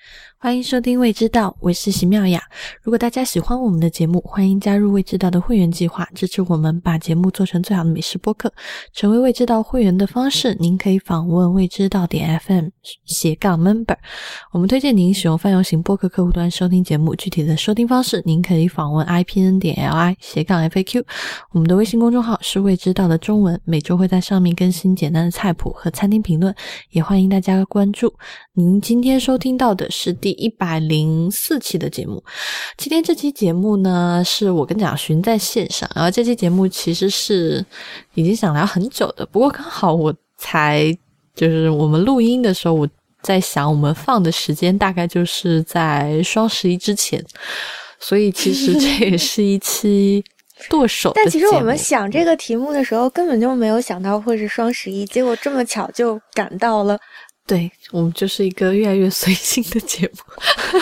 欢迎收听未知道，我是席妙雅。如果大家喜欢我们的节目，欢迎加入未知道的会员计划，支持我们把节目做成最好的美食播客。成为未知道会员的方式，您可以访问未知道点 FM/member。我们推荐您使用泛用型播客客户端收听节目，具体的收听方式您可以访问 ipn.li/FAQ。我们的微信公众号是未知道的中文，每周会在上面更新简单的菜谱和餐厅评论，也欢迎大家关注。您今天收听到的是第104期的节目。今天这期节目呢，是我跟蒋勋在线上，然后这期节目其实是已经想聊很久的，不过刚好我就是我们录音的时候，我在想我们放的时间大概就是在双11之前，所以其实这也是一期剁手的节目。 但其实我们想这个题目的时候根本就没有想到会是双11，结果这么巧就赶到了。 对，我们就是一个越来越随性的节目。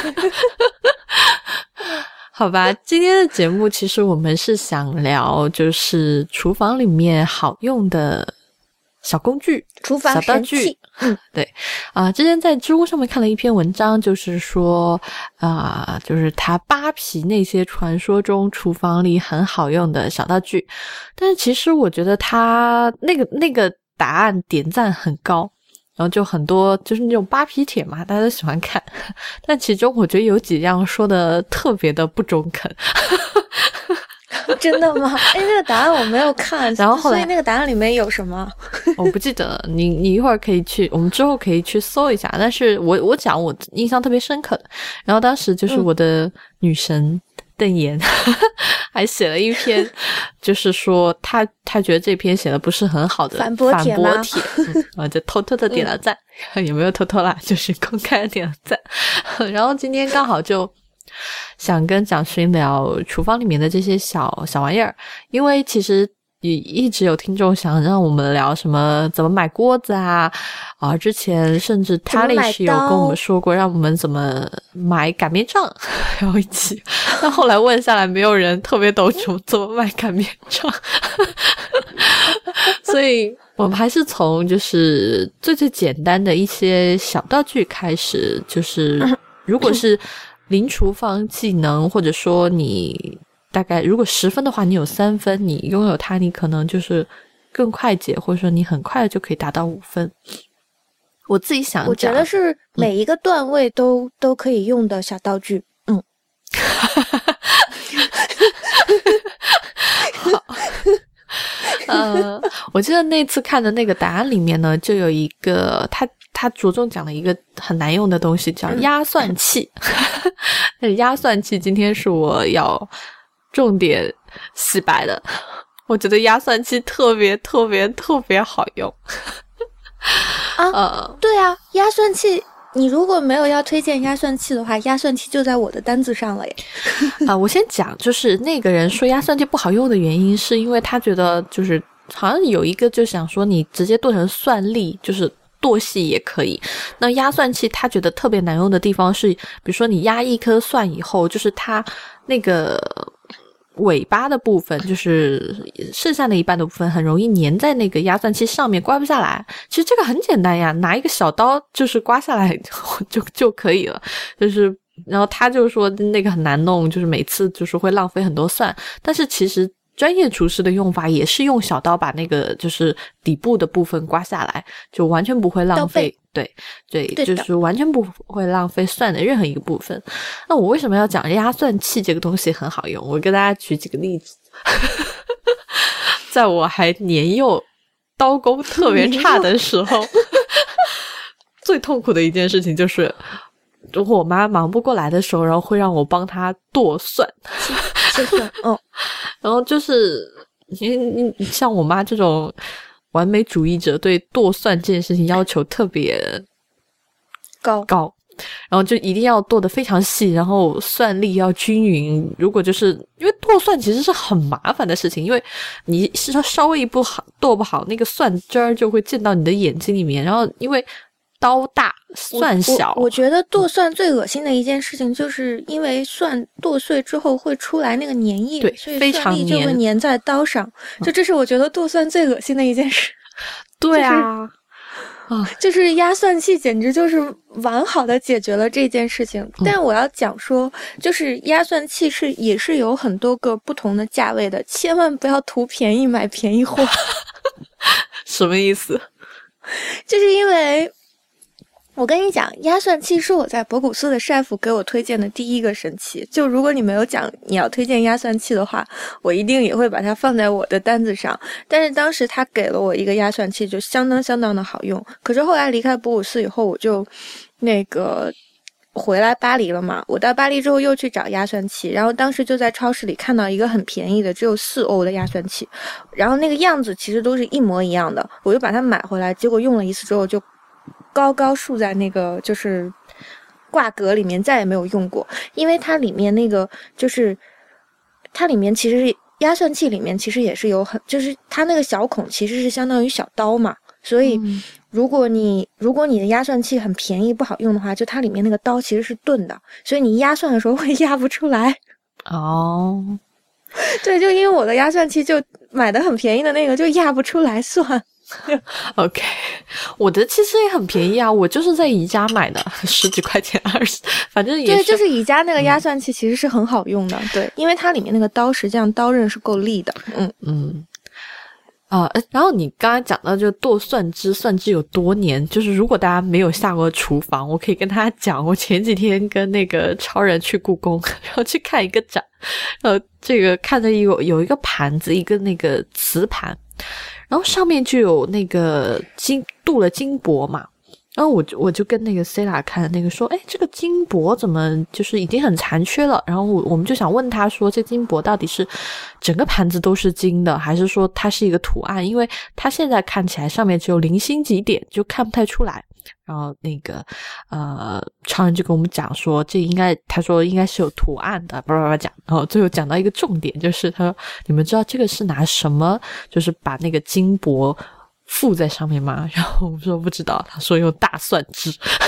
好吧，今天的节目其实我们是想聊就是厨房里面好用的小工具、 厨房小道具。对之前在知乎上面看了一篇文章，就是说就是他扒皮那些传说中厨房里很好用的小道具，但是其实我觉得他那个答案点赞很高，然后就很多就是那种扒皮帖嘛，大家都喜欢看，但其中我觉得有几样说的特别的不中肯。 真的吗？那个答案我没有看， 然后后来所以那个答案里面有什么？ 我不记得了，你一会儿可以去，我们之后可以去搜一下。但是我讲我印象特别深刻的，然后当时就是我的女神邓妍还写了一篇，就是说她觉得这篇写的不是很好的反驳帖， 就偷偷的点了赞，也没有偷偷啦，就是公开的点了赞。然后今天刚好就想跟蒋勋聊厨房里面的这些小玩意儿，因为其实也一直有听众想让我们聊什么怎么买锅子之前甚至 Talish 有跟我们说过让我们怎么买擀面杖，然后一起，但后来问下来没有人特别懂怎么买擀面杖。所以我们还是从就是最简单的一些小道具开始，就是如果是零厨房技能，或者说你大概如果10分的话，你有3分，你拥有它，你可能就是更快捷，或者说你很快就可以达到5分。我自己想讲， 我觉得是每一个段位都可以用的小道具。 好，我记得那次看的那个答案里面呢，就有一个他着重讲了一个很难用的东西，叫压蒜器。压蒜器今天是我要重点洗白的，我觉得压蒜器特别特别特别好用。 对啊，压蒜器你如果没有要推荐压蒜器的话，压蒜器就在我的单子上了耶。 我先讲，就是那个人说压蒜器不好用的原因，是因为他觉得就是好像有一个就想说你直接剁成蒜粒，就是剁细也可以。那压蒜器他觉得特别难用的地方是，比如说你压一颗蒜以后，就是它那个尾巴的部分，就是剩下的一半的部分很容易粘在那个压蒜器上面，刮不下来。其实这个很简单呀，拿一个小刀就是刮下来就可以了。就是然后他就说那个很难弄，就是每次就是会浪费很多蒜，但是其实专业厨师的用法也是用小刀把那个就是底部的部分刮下来，就完全不会浪费。对，就是完全不会浪费蒜的任何一个部分。那我为什么要讲压蒜器这个东西很好用？我跟大家举几个例子。在我还年幼刀工特别差的时候，最痛苦的一件事情就是如果我妈忙不过来的时候，然后会让我帮她剁蒜。 切蒜然后就是你像我妈这种完美主义者，对剁蒜这件事情要求特别高，然后就一定要剁得非常细，然后蒜粒要均匀。如果就是因为剁蒜其实是很麻烦的事情，因为你是稍微剁不好，那个蒜汁儿就会溅到你的眼睛里面，然后因为刀大蒜小。 我觉得剁蒜最恶心的一件事情，就是因为蒜剁碎之后会出来那个粘液， 对， 所以非常蒜粒就会粘在刀上。就这是我觉得剁蒜最恶心的一件事。 对啊。 就是压算器简直就是完好的解决了这件事情。但我要讲说，就是压算器也是有很多个不同的价位的，千万不要图便宜买便宜货。 什么意思？ 就是因为我跟你讲，压算器是我在博古斯的晒夫给我推荐的第一个神器。就如果你没有讲你要推荐压算器的话，我一定也会把它放在我的单子上。但是当时他给了我一个压算器，就相当的好用。可是后来离开博古斯以后，我就回来巴黎了嘛。我到巴黎之后又去找压算器，然后当时就在超市里看到一个很便宜的，只有4欧的压算器，然后那个样子其实都是一模一样的，我就把它买回来。结果用了一次之后就高高竖在那个就是挂格里面，再也没有用过。因为它里面就是它里面其实压算器里面其实也是有就是它那个小孔其实是相当于小刀嘛，所以如果你的压算器很便宜不好用的话，就它里面那个刀其实是钝的，所以你压算的时候会压不出来。对，就因为我的压算器就买的很便宜的那个就压不出来算。 OK， 我的其实也很便宜啊，我就是在宜家买的，10几块钱20，反正也是。 对，就是宜家那个压算器其实是很好用的，对，因为它里面那个刀实际上刀刃是够利的。 然后你刚才讲到就剁蒜汁有多年，就是如果大家没有下过厨房，我可以跟大家讲，我前几天跟那个超人去故宫，然后去看一个展，这个看着有一个盘子，一个那个瓷盘，然后上面就有那个镀了金箔嘛。然后我就跟那个 Cela 看那个说，这个金箔怎么就是已经很残缺了？然后我们就想问他说，这金箔到底是整个盘子都是金的，还是说它是一个图案？因为它现在看起来上面只有零星几点，就看不太出来。然后那个超人就跟我们讲说，他说应该是有图案的，叭叭叭讲。然后最后讲到一个重点，就是他说你们知道这个是拿什么，就是把那个金箔附在上面吗？然后我们说不知道，他说用大蒜汁。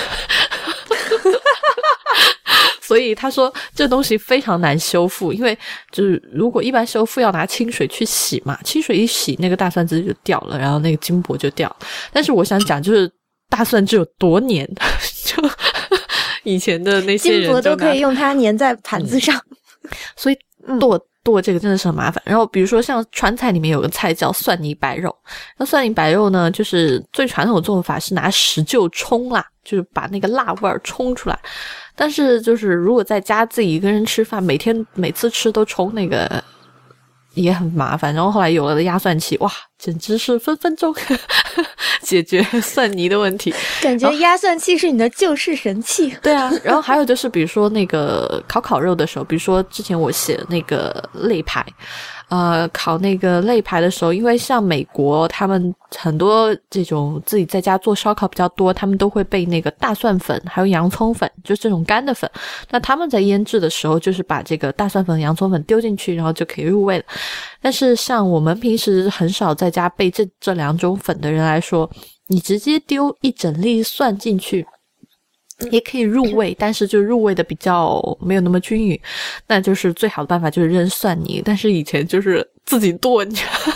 所以他说这东西非常难修复，因为就是如果一般修复要拿清水去洗嘛，清水一洗那个大蒜汁就掉了，然后那个金箔就掉了。但是我想讲就是大蒜汁有多黏，就以前的那些人金箔都可以用它粘在盘子上。 所以剁这个真的是很麻烦。然后比如说像川菜里面有个菜叫蒜泥白肉，那蒜泥白肉呢，就是最传统的做法是拿石臼冲啦，就是把那个辣味儿冲出来。但是就是如果在家自己一个人吃饭，每次吃都冲那个也很麻烦。然后后来有了的压蒜器，哇，简直是分分钟解决蒜泥的问题。 感觉压蒜器是你的救世神器。 对啊，然后还有就是比如说那个烤肉的时候，比如说之前我写那个肋排，烤那个肋排的时候，因为像美国他们很多这种自己在家做烧烤比较多，他们都会备那个大蒜粉还有洋葱粉，就这种干的粉。那他们在腌制的时候就是把这个大蒜粉洋葱粉丢进去，然后就可以入味了。但是像我们平时很少在家备这两种粉的人来说，你直接丢一整粒蒜进去也可以入味，但是就入味的比较没有那么均匀，那就是最好的办法就是扔蒜泥。但是以前就是自己剁，你知道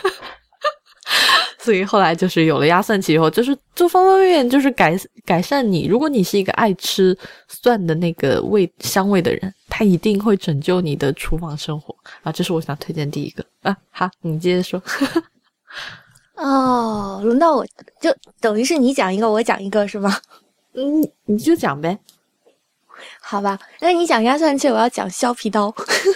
所以后来就是有了压蒜器以后，就是就方方面面就是改善你。如果你是一个爱吃蒜的那个香味的人，它一定会拯救你的厨房生活啊！这是我想推荐第一个啊。好，你接着说。 哦，轮到我，就等于是你讲一个，我讲一个，是吗？ 你就讲呗。 好吧，那你讲压蒜器，我要讲削皮刀。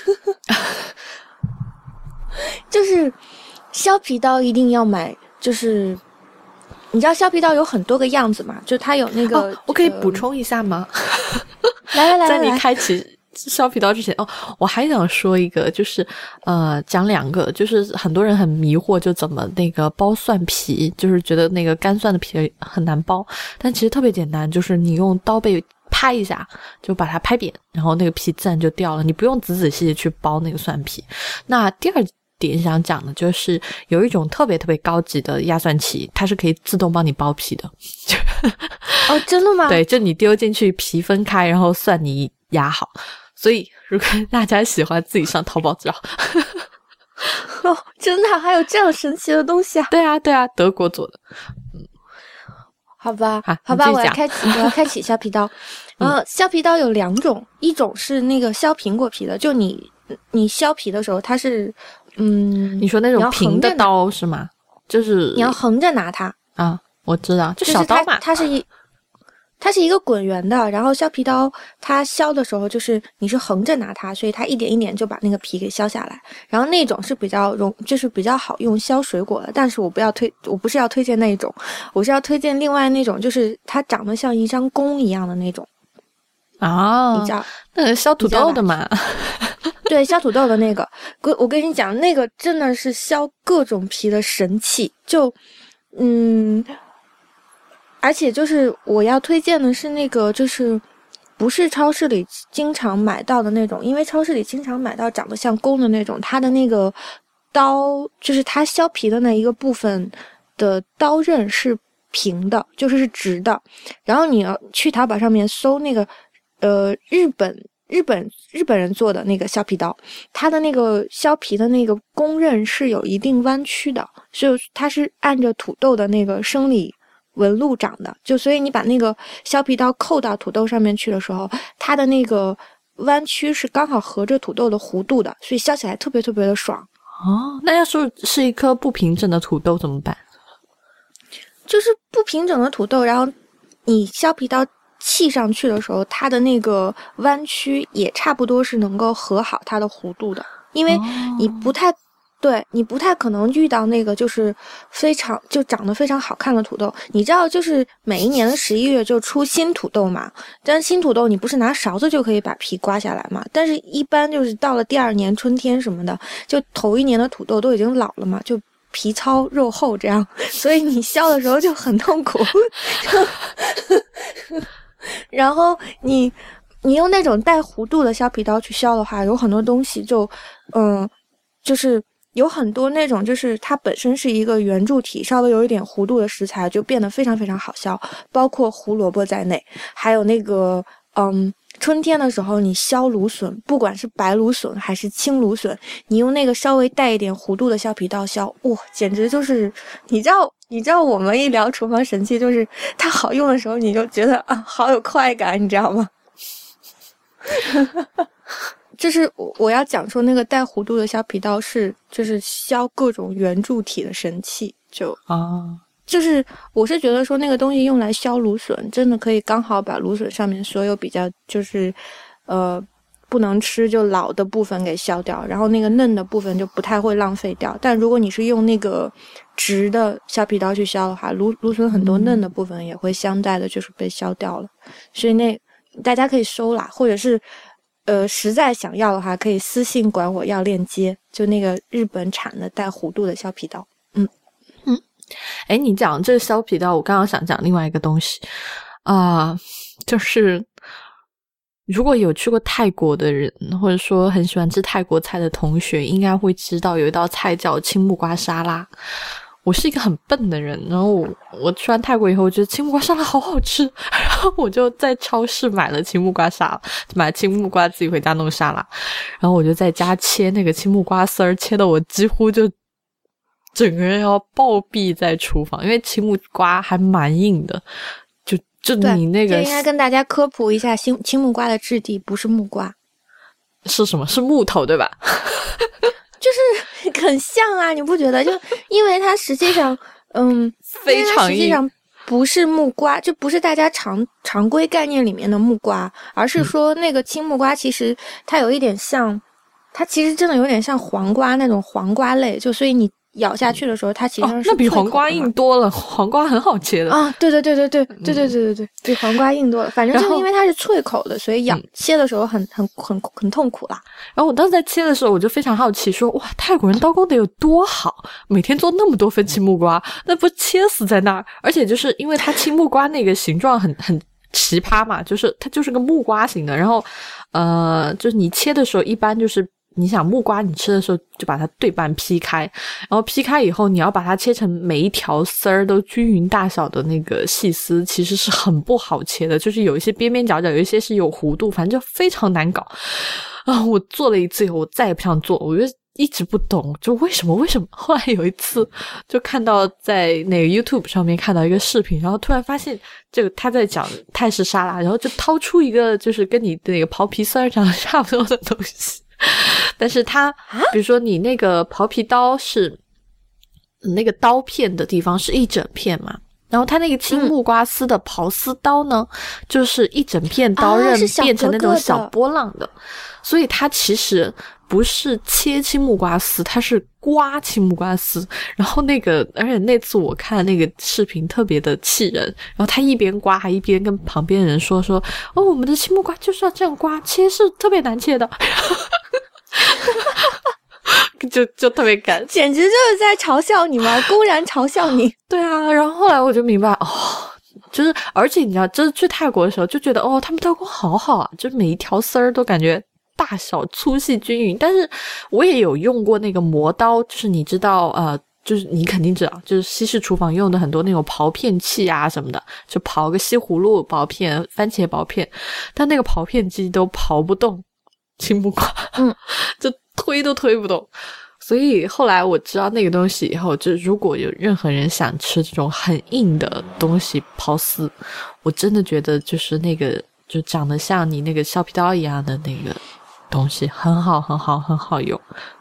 就是削皮刀一定要买，就是你知道削皮刀有很多个样子嘛，就它有那个， 我可以补充一下吗？ 来， 在你开启削皮刀之前，我还想说一个，就是讲两个，就是很多人很迷惑，就怎么那个剥蒜皮，就是觉得那个干蒜的皮很难剥，但其实特别简单，就是你用刀背拍一下，就把它拍扁，然后那个皮自然就掉了，你不用仔仔细细去剥那个蒜皮。那第二点想讲的就是有一种特别特别高级的压蒜器，它是可以自动帮你剥皮的。 哦，真的吗？ 对，就你丢进去，皮分开，然后蒜泥压好。所以如果大家喜欢，自己上淘宝找。 哦，真的还有这样神奇的东西啊！ 对啊，德国做的。 好吧， 啊好吧， 你继续讲我要开启削皮刀。削皮刀有2种，一种是那个削苹果皮的，就你削皮的时候，它是你说那种平的刀是吗？就是你要横着拿它啊，我知道，就小刀嘛。 它是一个滚圆的，然后削皮刀它削的时候就是你是横着拿它，所以它一点一点就把那个皮给削下来。然后那种是就是比较好用削水果的，但是我不是要推荐那一种，我是要推荐另外那种，就是它长得像一张弓一样的那种。 啊， 你知道那个削土豆的嘛？ 对，削土豆的那个，我跟你讲，那个真的是削各种皮的神器，而且就是我要推荐的是那个，就是不是超市里经常买到的那种，因为超市里经常买到长得像弓的那种，它的那个刀，就是它削皮的那一个部分的刀刃是平的，就是直的。然后你要去淘宝上面搜那个日本人做的那个削皮刀，它的那个削皮的那个弓刃是有一定弯曲的，所以它是按着土豆的那个生理纹路长的，所以你把那个削皮刀扣到土豆上面去的时候，它的那个弯曲是刚好合着土豆的弧度的，所以削起来特别特别的爽。 哦，那要说是一颗不平整的土豆怎么办？ 就是不平整的土豆，然后你削皮刀砌上去的时候，它的那个弯曲也差不多是能够合好它的弧度的，因为你不太可能遇到那个就是就长得非常好看的土豆。你知道，就是每一年的11月就出新土豆嘛，但是新土豆你不是拿勺子就可以把皮刮下来嘛？但是一般就是到了第2年春天什么的，就头1年的土豆都已经老了嘛，就皮糙肉厚这样，所以你削的时候就很痛苦。然后你用那种带弧度的削皮刀去削的话，有很多东西就是有很多那种就是它本身是一个圆柱体，稍微有一点弧度的食材就变得非常非常好削，包括胡萝卜在内，还有那个春天的时候你削芦笋，不管是白芦笋还是青芦笋，你用那个稍微带一点弧度的削皮刀削，哇，简直就是你知道我们一聊厨房神器，就是它好用的时候，你就觉得啊，好有快感，你知道吗？就是我要讲说那个带弧度的削皮刀就是削各种圆柱体的神器，就是我是觉得说那个东西用来削芦笋，真的可以刚好把芦笋上面所有比较就是不能吃就老的部分给削掉，然后那个嫩的部分就不太会浪费掉。但如果你是用那个直的削皮刀去削的话，芦笋很多嫩的部分也会相带的就是被削掉了。所以大家可以收啦，或者是实在想要的话，可以私信管我要链接，就那个日本产的带弧度的削皮刀。 诶，你讲这个削皮刀，我刚刚想讲另外一个东西就是如果有去过泰国的人，或者说很喜欢吃泰国菜的同学，应该会知道有一道菜叫青木瓜沙拉。我是一个很笨的人，然后我去完泰国以后，我觉得青木瓜沙拉好好吃，然后我就在超市买了青木瓜买青木瓜自己回家弄沙拉，然后我就在家切那个青木瓜丝儿，切的我几乎就整个人要暴毙在厨房，因为青木瓜还蛮硬的，就你那个应该跟大家科普一下，青木瓜的质地不是木瓜， 是什么？是木头对吧？ 就是很像啊，你不觉得？就因为它实际上， 非常硬， 实际上不是木瓜，就不是大家常规概念里面的木瓜，而是说那个青木瓜其实它有一点像，它其实真的有点像黄瓜那种黄瓜类，就所以你咬下去的时候，它其实是那比黄瓜硬多了，黄瓜很好切的啊！对，比黄瓜硬多了。反正就是因为它是脆口的，所以切的时候很痛苦啦。 然后我当时在切的时候，我就非常好奇说，哇，泰国人刀工得有多好，每天做那么多份青木瓜，那不切死在那儿？而且就是因为它青木瓜那个形状很奇葩嘛，就是它就是个木瓜型的，然后就是你切的时候一般就是你想木瓜你吃的时候就把它对半劈开，然后劈开以后你要把它切成每一条丝儿都均匀大小的那个细丝，其实是很不好切的，就是有一些边边角角，有一些是有弧度，反正就非常难搞啊！我做了一次以后我再也不想做，我觉得一直不懂，就为什么？后来有一次就看到在那个 YouTube 上面看到一个视频，然后突然发现这个他在讲泰式沙拉，然后就掏出一个就是跟你那个刨皮丝儿长得差不多的东西，但是它比如说你那个刨皮刀是那个刀片的地方是一整片嘛，然后它那个青木瓜丝的刨丝刀呢，就是一整片刀刃变成那种小波浪的，所以它其实不是切青木瓜丝，它是刮青木瓜丝。然后而且那次我看那个视频特别的气人，然后他一边刮还一边跟旁边人说哦，我们的青木瓜就是要这样刮，切是特别难切的。就特别干， 简直就是在嘲笑你吗？公然嘲笑你。 对啊，然后后来我就明白就是而且你知道，就是去泰国的时候就觉得他们刀工好好啊，就是每一条丝儿都感觉大小粗细均匀。但是我也有用过那个磨刀，就是你知道就是你肯定知道，就是西式厨房用的很多那种刨片器啊什么的，就刨个西葫芦薄片、番茄薄片，但那个刨片机都刨不动青木瓜，就推都推不动。所以后来我知道那个东西以后，就如果有任何人想吃这种很硬的东西刨丝，我真的觉得就是那个就长得像你那个削皮刀一样的那个东西很好很好很好用。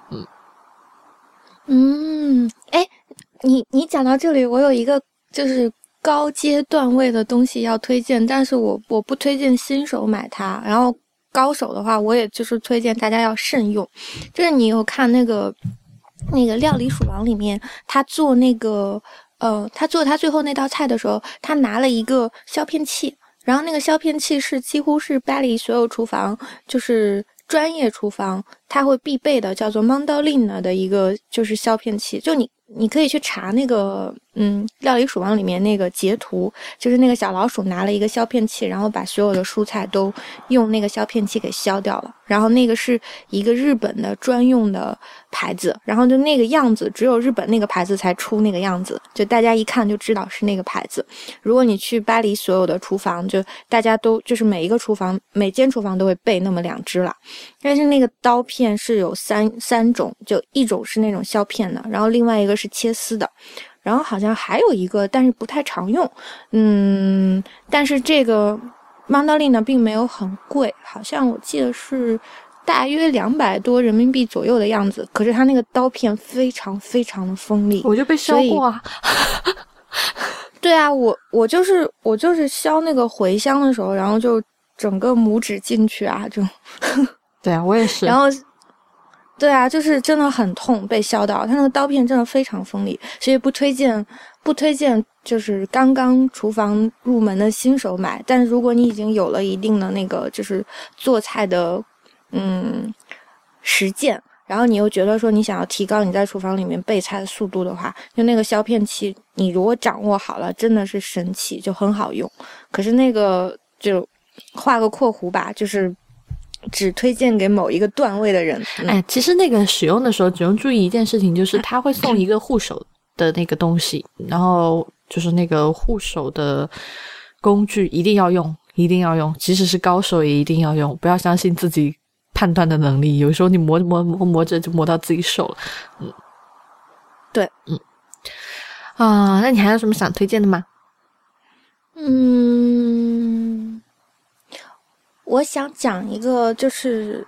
你讲到这里，我有一个就是高阶段位的东西要推荐，但是我不推荐新手买它，然后高手的话我也就是推荐大家要慎用。就是你有看那个料理鼠王里面他做那个他做他最后那道菜的时候，他拿了一个削片器，然后那个削片器是几乎是巴黎所有厨房就是专业厨房它会必备的，叫做 Mandolin 的一个就是削片器。就你可以去查那个料理鼠王里面那个截图，就是那个小老鼠拿了一个削片器，然后把所有的蔬菜都用那个削片器给削掉了。然后那个是一个日本的专用的牌子，然后就那个样子只有日本那个牌子才出那个样子，就大家一看就知道是那个牌子。如果你去巴黎所有的厨房，就大家都就是每间厨房都会备那么2只啦。但是那个刀片是有三种，就一种是那种削片的，然后另外一个是切丝的，然后好像还有一个但是不太常用。但是这个 Mandolin 呢并没有很贵，好像我记得是大约200多人民币左右的样子，可是它那个刀片非常非常的锋利。 我就被削过啊。 对啊，我就是削那个茴香的时候，然后就整个拇指进去啊，就对啊，我也是。 然后对啊，就是真的很痛，被削到。它那个刀片真的非常锋利，所以不推荐就是刚刚厨房入门的新手买。但是如果你已经有了一定的那个就是做菜的实践，然后你又觉得说你想要提高你在厨房里面备菜的速度的话，就那个削片器你如果掌握好了，真的是神奇，就很好用。可是那个就画个括弧吧，就是只推荐给某一个段位的人。 其实那个使用的时候只用注意一件事情，就是他会送一个护手的那个东西，然后就是那个护手的工具一定要用，即使是高手也一定要用，不要相信自己判断的能力，有时候你磨着就磨到自己手了。 对。 那你还有什么想推荐的吗？ 我想讲一个就是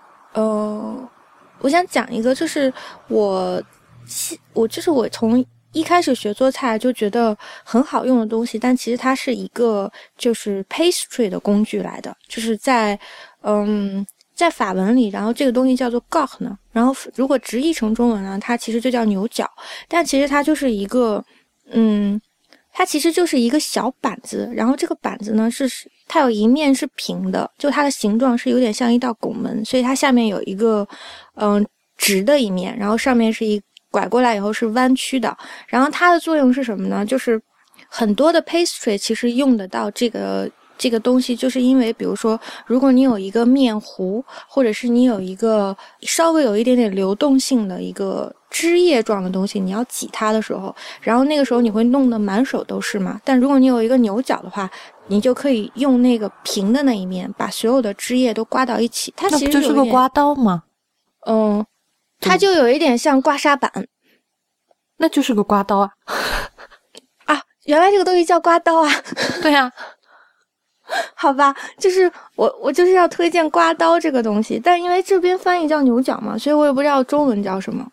我从一开始学做菜就觉得很好用的东西，但其实它是一个就是 pastry 的工具来的，就是在法文里，然后这个东西叫做 gâteau 呢，然后如果直译成中文呢，它其实就叫牛角，但其实它就是一个它其实就是一个小板子，然后这个板子呢它有一面是平的，就它的形状是有点像一道拱门，所以它下面有一个直的一面，然后上面是拐过来以后是弯曲的。然后它的作用是什么呢？就是很多的 pastry 其实用得到这个东西，就是因为比如说如果你有一个面糊，或者是你有一个稍微有一点点流动性的一个汁液状的东西，你要挤它的时候，然后那个时候你会弄得满手都是嘛。但如果你有一个牛角的话，你就可以用那个平的那一面把所有的汁液都刮到一起。它其实那不就是个刮刀吗？ 它就有一点像刮痧板。 那就是个刮刀啊。 啊，原来这个东西叫刮刀啊。 对啊。 好吧，就是我就是要推荐刮刀这个东西，但因为这边翻译叫牛角嘛，所以我也不知道中文叫什么。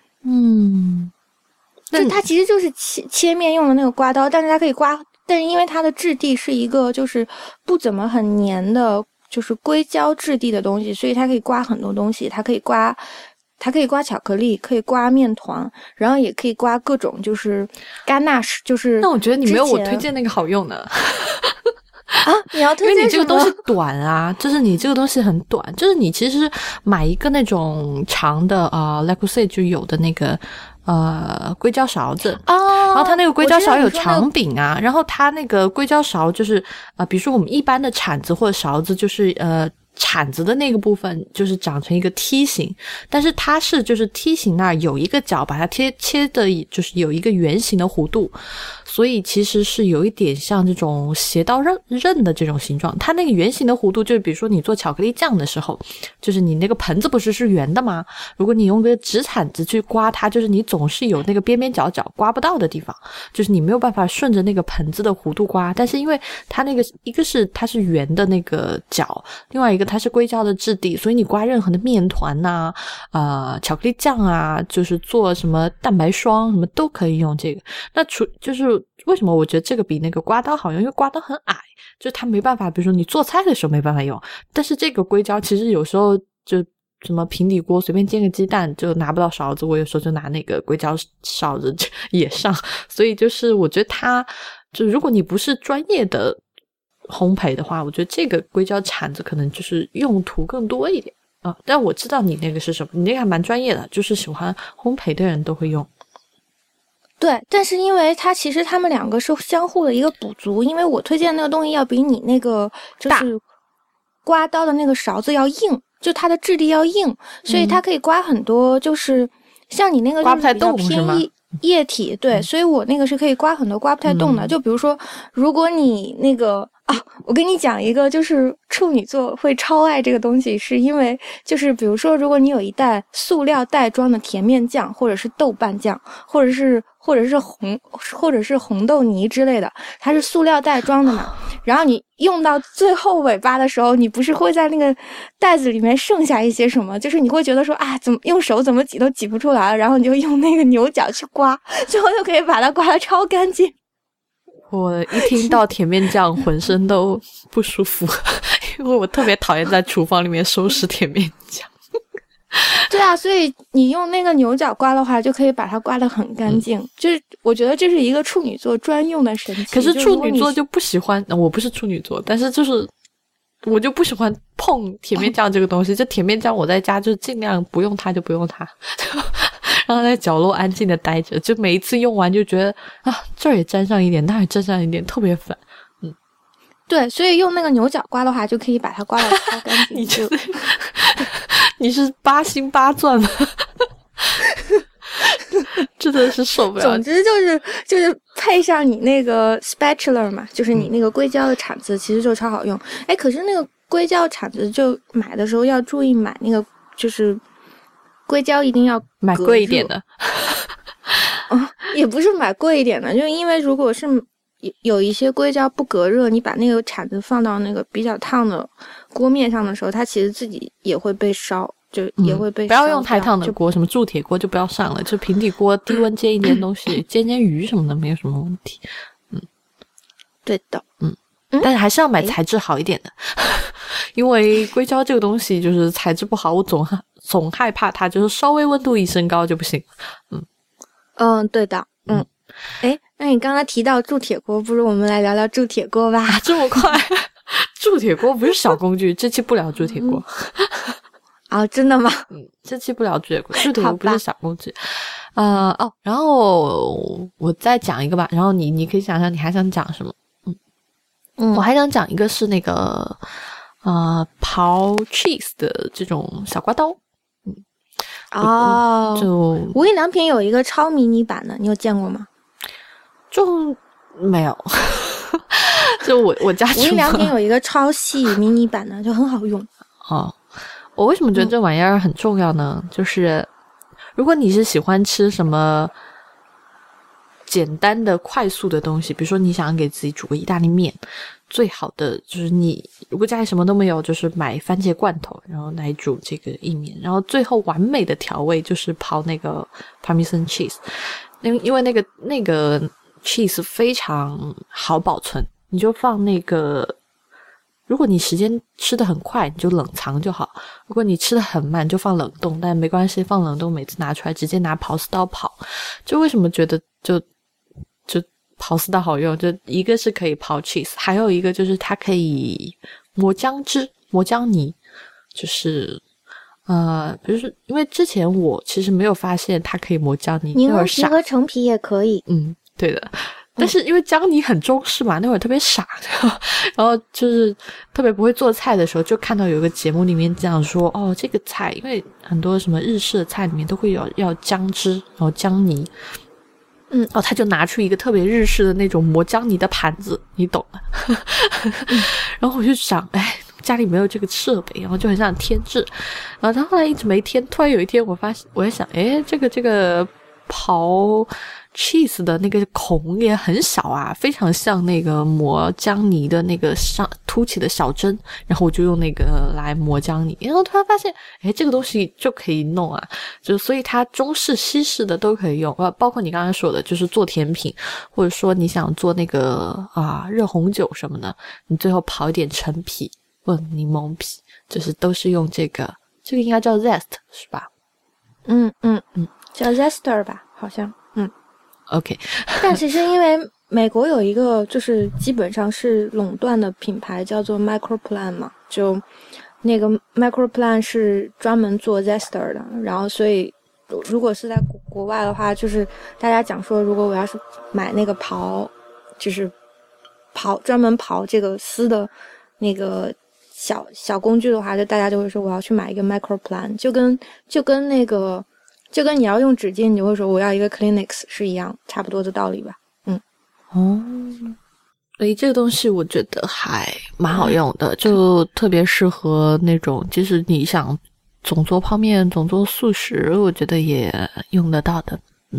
就它其实就是切面用的那个刮刀，但是它可以刮，但是因为它的质地是一个就是不怎么很粘的，就是硅胶质地的东西，所以它可以刮很多东西，它可以刮巧克力，可以刮面团，然后也可以刮各种就是干纳什，就是那我觉得你没有我推荐那个好用呢。 啊，你要推荐什么？ 因为你这个东西短啊，就是你这个东西很短，就是你其实买一个那种长的Le Creuset 就有的那个硅胶勺子然后它那个硅胶勺有长柄啊，然后它那个硅胶勺就是比如说我们一般的铲子或者勺子就是铲子的那个部分就是长成一个梯形，但是它是就是梯形那儿有一个角把它切的就是有一个圆形的弧度，所以其实是有一点像这种斜刀刃的这种形状。它那个圆形的弧度就是比如说你做巧克力酱的时候，就是你那个盆子不是圆的吗？如果你用个直铲子去刮它，就是你总是有那个边边角角刮不到的地方，就是你没有办法顺着那个盆子的弧度刮，但是因为它那个一个是它是圆的那个角，另外一个它是硅胶的质地，所以你刮任何的面团啊巧克力酱啊，就是做什么蛋白霜什么都可以用这个。那就是为什么我觉得这个比那个刮刀好用，因为刮刀很矮，就是它没办法，比如说你做菜的时候没办法用，但是这个硅胶其实有时候就什么平底锅随便煎个鸡蛋就拿不到勺子，我有时候就拿那个硅胶勺子也上，所以就是我觉得它就如果你不是专业的烘焙的话，我觉得这个硅胶铲子可能就是用途更多一点啊。但我知道你那个是什么，你那个还蛮专业的，就是喜欢烘焙的人都会用。 对，但是因为它其实他们两个是相互的一个补足，因为我推荐那个东西要比你那个就是刮刀的那个勺子要硬，就它的质地要硬，所以它可以刮很多，就是像你那个就是比较偏液体，对，所以我那个是可以刮很多刮不太动的。就比如说，如果你那个我跟你讲一个，就是处女座会超爱这个东西，是因为就是比如说，如果你有一袋塑料袋装的甜面酱，或者是豆瓣酱，或者是红豆泥之类的，它是塑料袋装的嘛。然后你用到最后尾巴的时候，你不是会在那个袋子里面剩下一些什么？就是你会觉得说怎么用手怎么挤都挤不出来了，然后你就用那个牛角去刮，最后就可以把它刮得超干净。 我一听到甜面酱浑身都不舒服，因为我特别讨厌在厨房里面收拾甜面酱。 对啊，所以你用那个牛角刮的话，就可以把它刮得很干净。就是我觉得这是一个处女座专用的神器。 可是处女座就不喜欢，我不是处女座，但是就是我就不喜欢碰甜面酱这个东西。就甜面酱我在家就尽量不用它就不用它，让它在角落安静的待着。就每一次用完就觉得这儿也沾上一点，那儿也沾上一点，特别烦。 对，所以用那个牛角刮的话，就可以把它刮得超干净。 你是8星8钻吗？真的是受不了。 总之就是配上你那个 spatula 嘛，就是你那个硅胶的铲子，其实就超好用。可是那个硅胶铲子就买的时候要注意买那个，就是硅胶一定要买贵一点的。 也不是买贵一点的，就因为如果是有一些硅胶不隔热，你把那个铲子放到那个比较烫的锅面上的时候，它其实自己也会被烧，就也会被烧。 不要用太烫的锅，什么铸铁锅就不要上了，就平底锅低温煎一点东西，煎鱼什么的没有什么问题。 对的。 但是还是要买材质好一点的，因为硅胶这个东西就是材质不好，我总害怕它就是稍微温度一升高就不行。 对的。那你刚刚提到铸铁锅，不如我们来聊聊铸铁锅吧。 这么快？铸铁锅不是小工具，这期不聊铸铁锅。 真的吗？ 这期不聊铸铁锅，铸铁锅不是小工具。然后我再讲一个吧，然后你可以想想你还想讲什么。我还想讲一个是那个刨 cheese 的这种小刮刀。就无印良品有一个超迷你版的，你有见过吗？ 就没有。就我家无印良品有一个超细迷你版的，就很好用。 我为什么觉得这玩意儿很重要呢？就是如果你是喜欢吃什么简单的快速的东西，比如说你想给自己煮个意大利面，最好的就是你如果家里什么都没有，就是买番茄罐头然后来煮这个意面，然后最后完美的调味就是刨那个 Parmesan cheese， 因为那个 cheese 非常好保存，你就放那个，如果你时间吃得很快你就冷藏就好，如果你吃得很慢就放冷冻，但没关系，放冷冻每次拿出来直接拿刨丝刀刨。就为什么觉得就刨丝刀好用，就一个是可以刨 cheese， 还有一个就是它可以磨姜汁磨姜泥，就是比如说因为之前我其实没有发现它可以磨姜泥， 凝皮和橙皮也可以， 对的，但是因为姜泥很中式嘛，那会儿特别傻，然后就是特别不会做菜的时候，就看到有一个节目里面这样说，哦，这个菜因为很多什么日式的菜里面都会有要姜汁，然后姜泥，他就拿出一个特别日式的那种磨姜泥的盘子，你懂的。然后我就想，家里没有这个设备，然后就很想添置，然后他后来一直没添，突然有一天我在想，这个刨 cheese 的那个孔也很小啊，非常像那个磨姜泥的那个上凸起的小针，然后我就用那个来磨姜泥，然后突然发现这个东西就可以弄啊，就所以它中式西式的都可以用，包括你刚才说的就是做甜品，或者说你想做那个热红酒什么的，你最后刨一点陈皮或者柠檬皮，就是都是用这个应该叫 zest 是吧？ 叫 zester 吧好像 OK 但其实因为美国有一个就是基本上是垄断的品牌叫做 Microplan 嘛，就那个 Microplan 是专门做 zester 的，然后所以如果是在国外的话，就是大家讲说如果我要是买那个就是专门刨这个丝的那个小工具的话，就大家就会说我要去买一个 Microplan， 就跟你要用纸巾，你就会说我要一个 Kleenex 是一样，差不多的道理吧。 这个东西我觉得还蛮好用的，就特别适合那种即使你想总做泡面总做素食，我觉得也用得到的。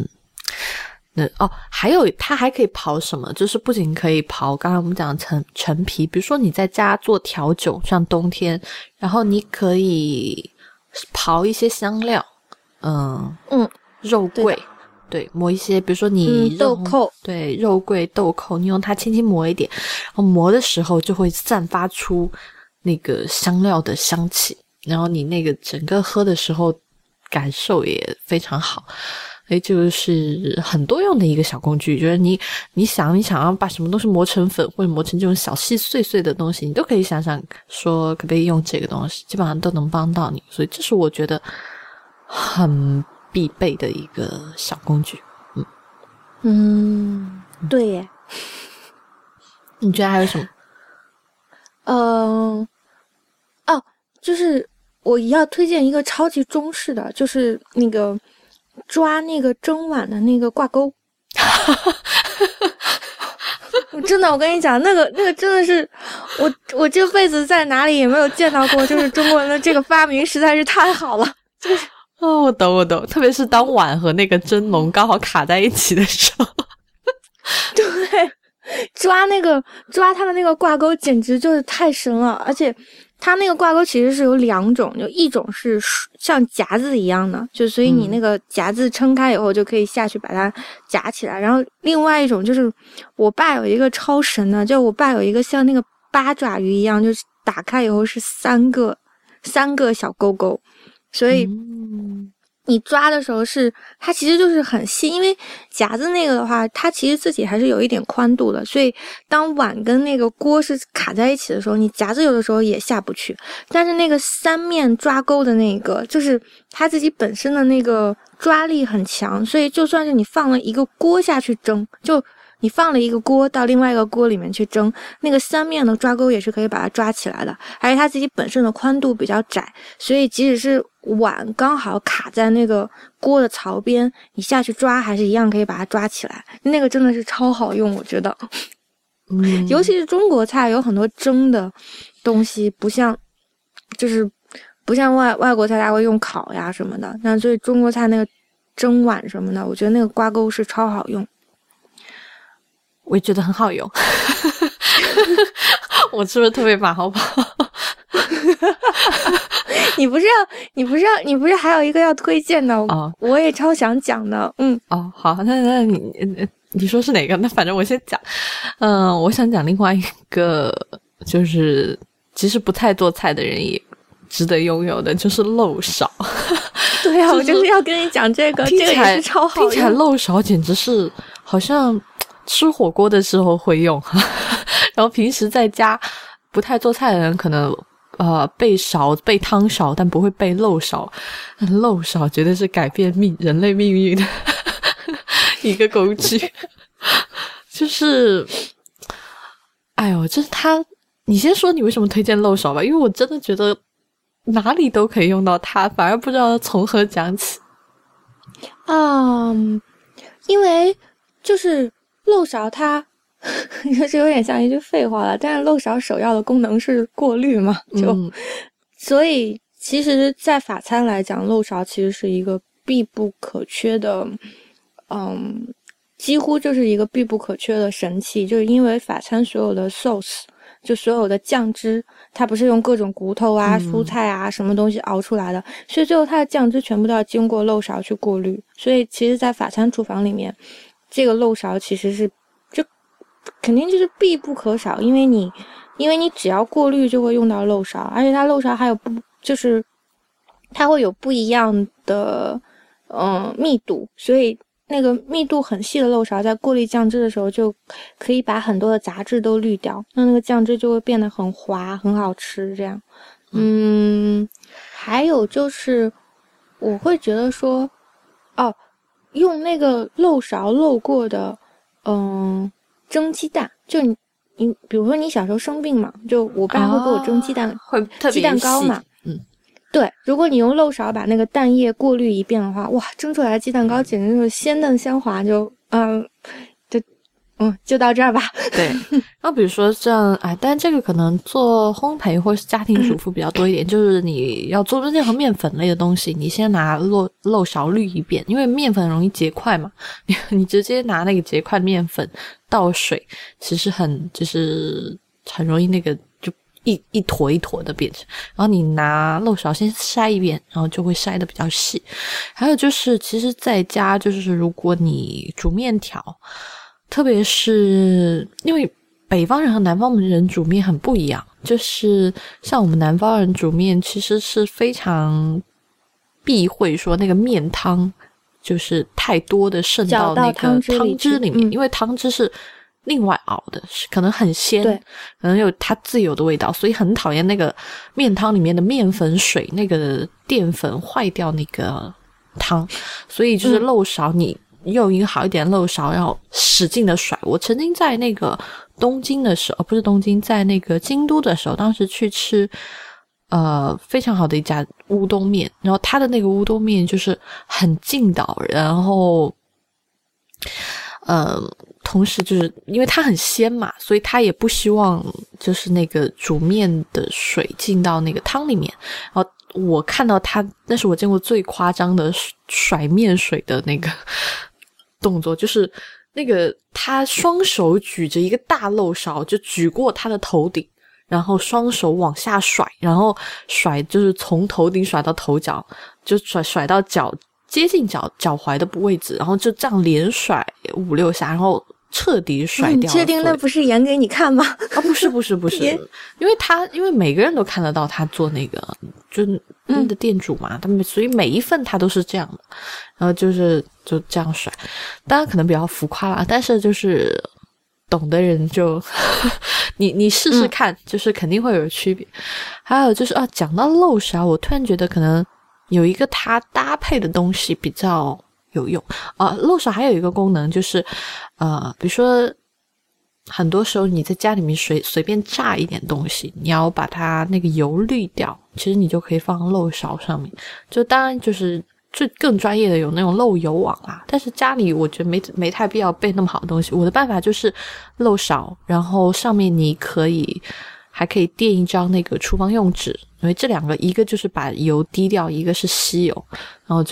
还有它还可以刨什么，就是不仅可以刨刚才我们讲陈皮，比如说你在家做调酒，像冬天，然后你可以刨一些香料，肉桂，对，磨一些，比如说你豆蔻， 对，肉桂豆蔻，你用它轻轻磨一点，然后磨的时候就会散发出那个香料的香气，然后你那个整个喝的时候感受也非常好。这个是很多用的一个小工具，就是你想要把什么东西磨成粉或者磨成这种小细碎碎的东西，你都可以想想说可不可以用这个东西，基本上都能帮到你，所以这是我觉得很必备的一个小工具。 对耶。 你觉得还有什么？ 就是我要推荐一个超级中式的，就是那个抓那个蒸碗的那个挂钩。真的，我跟你讲，那个真的是我这辈子在哪里也没有见到过，就是中国人的这个发明实在是太好了。就是我懂，特别是当碗和那个蒸笼刚好卡在一起的时候。 对，抓它的那个挂钩简直就是太神了，而且它那个挂钩其实是有两种，就一种是像夹子一样的，就所以你那个夹子撑开以后就可以下去把它夹起来，然后另外一种就是我爸有一个超神的，就我爸有一个像那个八爪鱼一样，就是打开以后是三个小钩钩，所以你抓的时候它其实就是很细，因为夹子那个的话它其实自己还是有一点宽度的，所以当碗跟那个锅是卡在一起的时候，你夹子有的时候也下不去，但是那个三面抓钩的那个就是它自己本身的那个抓力很强，所以就算是你放了一个锅下去蒸，就你放了一个锅到另外一个锅里面去蒸，那个三面的抓钩也是可以把它抓起来的，而且它自己本身的宽度比较窄，所以即使是碗刚好卡在那个锅的槽边，你下去抓还是一样可以把它抓起来，那个真的是超好用，我觉得。尤其是中国菜有很多蒸的东西，不像外国菜它会用烤呀什么的，那所以中国菜那个蒸碗什么的，我觉得那个刮钩式超好用。 我也觉得很好用。我是不是特别马后炮？ 你不是还有一个要推荐的？ 哦， 我也超想讲的。 哦，好，那你说是哪个？那反正我先讲。我想讲另外一个，就是其实不太做菜的人也值得拥有的，就是漏勺。 对啊，我就是要跟你讲这个，这个也是超好用。 听起来漏勺简直是好像吃火锅的时候会用，然后平时在家不太做菜的人可能备汤勺，但不会备漏勺。漏勺绝对是改变人类命运的一个工具。就是哎呦，这是你先说你为什么推荐漏勺吧，因为我真的觉得哪里都可以用到它，反而不知道从何讲起。 因为就是漏勺它就是有点像一句废话了，但是漏勺首要的功能是过滤嘛，所以其实在法餐来讲，漏勺其实是一个必不可缺的，几乎就是一个必不可缺的神器，就是因为法餐所有的 sauce， 就所有的酱汁，它不是用各种骨头啊、蔬菜啊什么东西熬出来的，所以最后它的酱汁全部都要经过漏勺去过滤。所以其实在法餐厨房里面，这个漏勺其实是就肯定就是必不可少，因为你只要过滤就会用到漏勺，而且它漏勺还有就是它会有不一样的密度，所以那个密度很细的漏勺在过滤酱汁的时候就可以把很多的杂质都滤掉，那个酱汁就会变得很滑很好吃这样。还有就是我会觉得说用那个漏勺漏过的蒸鸡蛋，就你比如说你小时候生病嘛，就我爸会给我蒸鸡蛋， 会特别鸡蛋糕嘛，对，如果你用漏勺把那个蛋液过滤一遍的话，哇，蒸出来的鸡蛋糕简直就是鲜嫩香滑，就到这儿吧。 对，然后比如说这样，但这个可能做烘焙或是家庭主妇比较多一点，就是你要做任何面粉类的东西，你先拿漏勺滤一遍，因为面粉容易结块嘛，你直接拿那个结块的面粉倒水，其实就是很容易那个就一坨一坨的变成，然后你拿漏勺先筛一遍，然后就会筛的比较细。还有就是其实在家就是如果你煮面条，特别是因为北方人和南方人煮面很不一样，就是像我们南方人煮面其实是非常避讳说那个面汤就是太多的渗到那个汤汁里面，因为汤汁是另外熬的，可能很鲜，可能有它自有的味道，所以很讨厌那个面汤里面的面粉水那个淀粉坏掉那个汤，所以就是漏勺你用一个好一点的漏勺，然后使劲的甩。我曾经在那个东京的时候，不是东京，在那个京都的时候，当时去吃非常好的一家乌冬面，然后它的那个乌冬面就是很劲道，然后同时就是因为它很鲜嘛，所以它也不希望就是那个煮面的水进到那个汤里面，然后我看到它，那是我见过最夸张的甩面水的那个动作，就是那个他双手举着一个大漏勺，就举过他的头顶，然后双手往下甩，然后甩就是从头顶甩到头角，就甩到脚接近脚踝的位置，然后就这样连甩5-6下，然后彻底甩掉。 你确定那不是演给你看吗？ 不是，因为每个人都看得到他做那个，就那的店主嘛，他们所以每一份他都是这样的，然后就这样甩，当然可能比较浮夸啦，但是就是懂的人就你试试看，就是肯定会有区别。还有就是讲到漏勺，我突然觉得可能有一个它搭配的东西比较有用漏勺还有一个功能就是比如说很多时候你在家里面随便炸一点东西，你要把它那个油滤掉，其实你就可以放漏勺上面，就当然就是更专业的有那种漏油网啦，但是家里我觉得没太必要备那么好的东西。我的办法就是漏勺，然后上面你还可以垫一张那个厨房用纸，因为这两个一个就是把油滴掉，一个是吸油，然后就是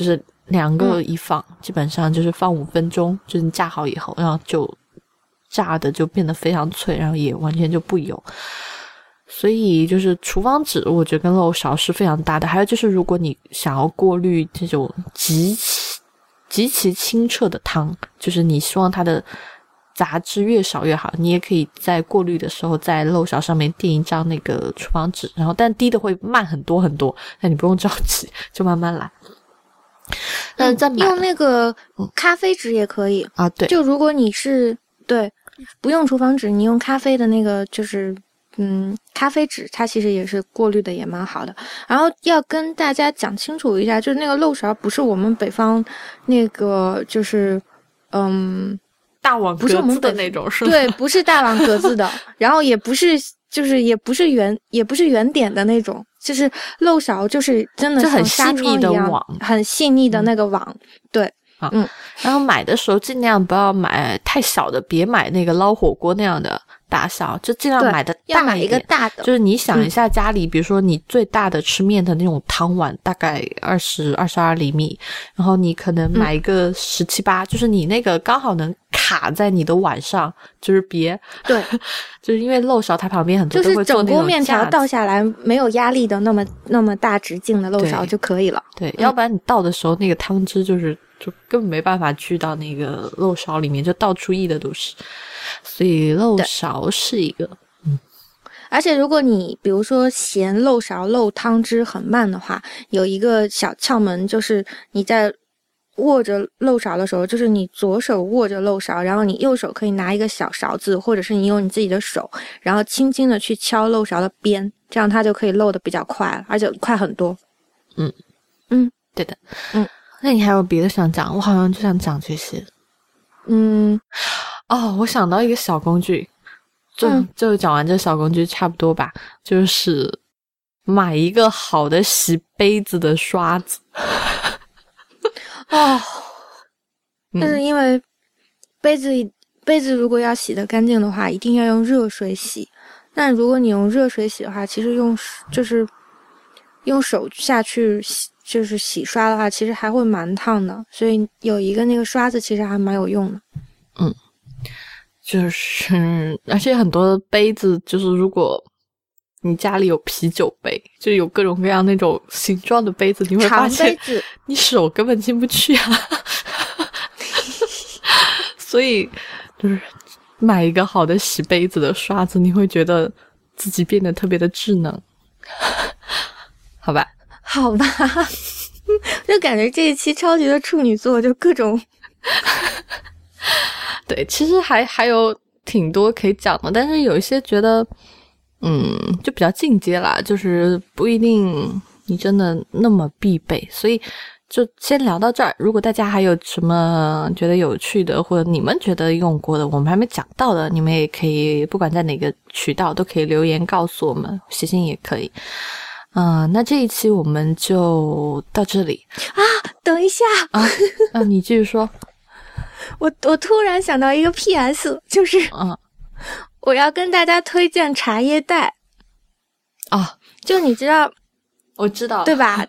2个一放，基本上就是放5分钟，就是你炸好以后，然后就炸的就变得非常脆，然后也完全就不油。所以就是厨房纸我觉得跟漏勺是非常搭的。还有就是如果你想要过滤这种极其清澈的汤，就是你希望它的杂质越少越好，你也可以在过滤的时候在漏勺上面垫一张那个厨房纸，然后但滴的会慢很多很多，但你不用着急，就慢慢来。但是在用那个咖啡纸也可以啊，对， 就如果你是对不用厨房纸，你用咖啡的那个就是咖啡纸，它其实也是过滤的也蛮好的。然后要跟大家讲清楚一下，就是那个漏勺不是我们北方那个就是大网格子的那种，是吗？ 对，不是大网格子的，然后也不是圆点的那种，就是漏勺就是真的像纱窗一样很细腻的那个网，对。 然后买的时候尽量不要买太小的，别买那个捞火锅那样的大小，就尽量买的大一点， 要买一个大的。 就是你想一下家里，比如说你最大的吃面的那种汤碗，大概22厘米，然后你可能买一个17、8，就是你那个刚好能卡在你的碗上，就是别对， 就是因为漏勺它旁边很多都会做那种就是整锅面条倒下来没有压力的那么大直径的漏勺就可以了。 对，要不然你倒的时候那个汤汁就根本没办法聚到那个漏勺里面，就到处溢的都是。所以漏勺是一个而且如果你比如说嫌漏勺漏汤汁很慢的话，有一个小窍门，就是你在握着漏勺的时候，就是你左手握着漏勺，然后你右手可以拿一个小勺子，或者是你用你自己的手，然后轻轻的去敲漏勺的边，这样它就可以漏的比较快了，而且快很多。 对的。那你还有别的想讲？我好像就想讲这些。我想到一个小工具，就讲完这小工具差不多吧，就是买一个好的洗杯子的刷子。 但是因为杯子如果要洗得干净的话，一定要用热水洗。那如果你用热水洗的话，其实用手下去洗，就是洗刷的话，其实还会蛮烫的。所以有一个那个刷子其实还蛮有用的。 就是而且很多杯子，就是如果你家里有啤酒杯，就有各种各样那种形状的杯子，你会发现你手根本进不去啊。所以就是买一个好的洗杯子的刷子，你会觉得自己变得特别的智能。好吧就感觉这一期超级的处女座，就各种对，其实还有挺多可以讲的，但是有一些觉得就比较进阶啦，就是不一定你真的那么必备，所以就先聊到这儿。如果大家还有什么觉得有趣的，或者你们觉得用过的我们还没讲到的，你们也可以不管在哪个渠道都可以留言告诉我们，写信也可以。那这一期我们就到这里等一下你继续说。 我突然想到一个 PS， 就是我要跟大家推荐茶叶袋就你知道， 我知道对吧？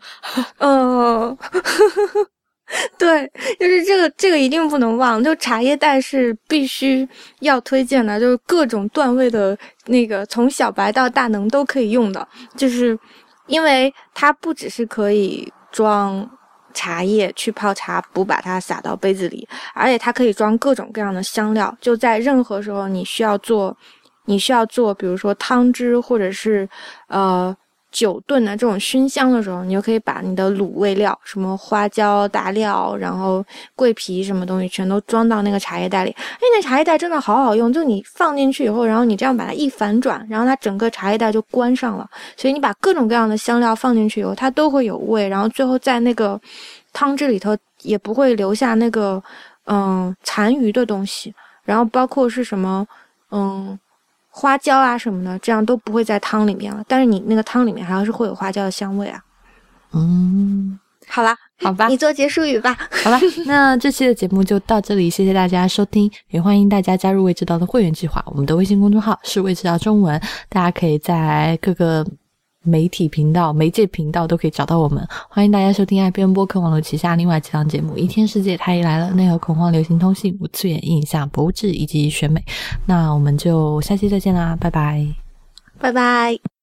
对，就是这个一定不能忘，就茶叶袋是必须要推荐的，就是各种段位的那个从小白到大能都可以用的，就是因为它不只是可以装茶叶去泡茶，不把它洒到杯子里，而且它可以装各种各样的香料，就在任何时候你需要做比如说汤汁或者是酒炖的这种熏香的时候，你就可以把你的卤味料，什么花椒、大料，然后桂皮什么东西全都装到那个茶叶袋里。那茶叶袋真的好好用，就你放进去以后，然后你这样把它一反转，然后它整个茶叶袋就关上了。所以你把各种各样的香料放进去以后，它都会有味，然后最后在那个汤汁里头也不会留下那个残余的东西，然后包括是什么花椒啊什么的，这样都不会在汤里面了，但是你那个汤里面还是会有花椒的香味啊。好啦， 好吧， 你做结束语吧。 好吧，那这期的节目就到这里，谢谢大家收听，也欢迎大家加入未知道的会员计划。我们的微信公众号是未知道中文，大家可以在各个媒体频道、媒介频道都可以找到我们。欢迎大家收听 IPN 播客网络旗下另外几档节目：一天世界、太医来了、内核恐慌、流行通信、五次元印象、博物志以及选美。那我们就下期再见啦，拜拜， 拜拜。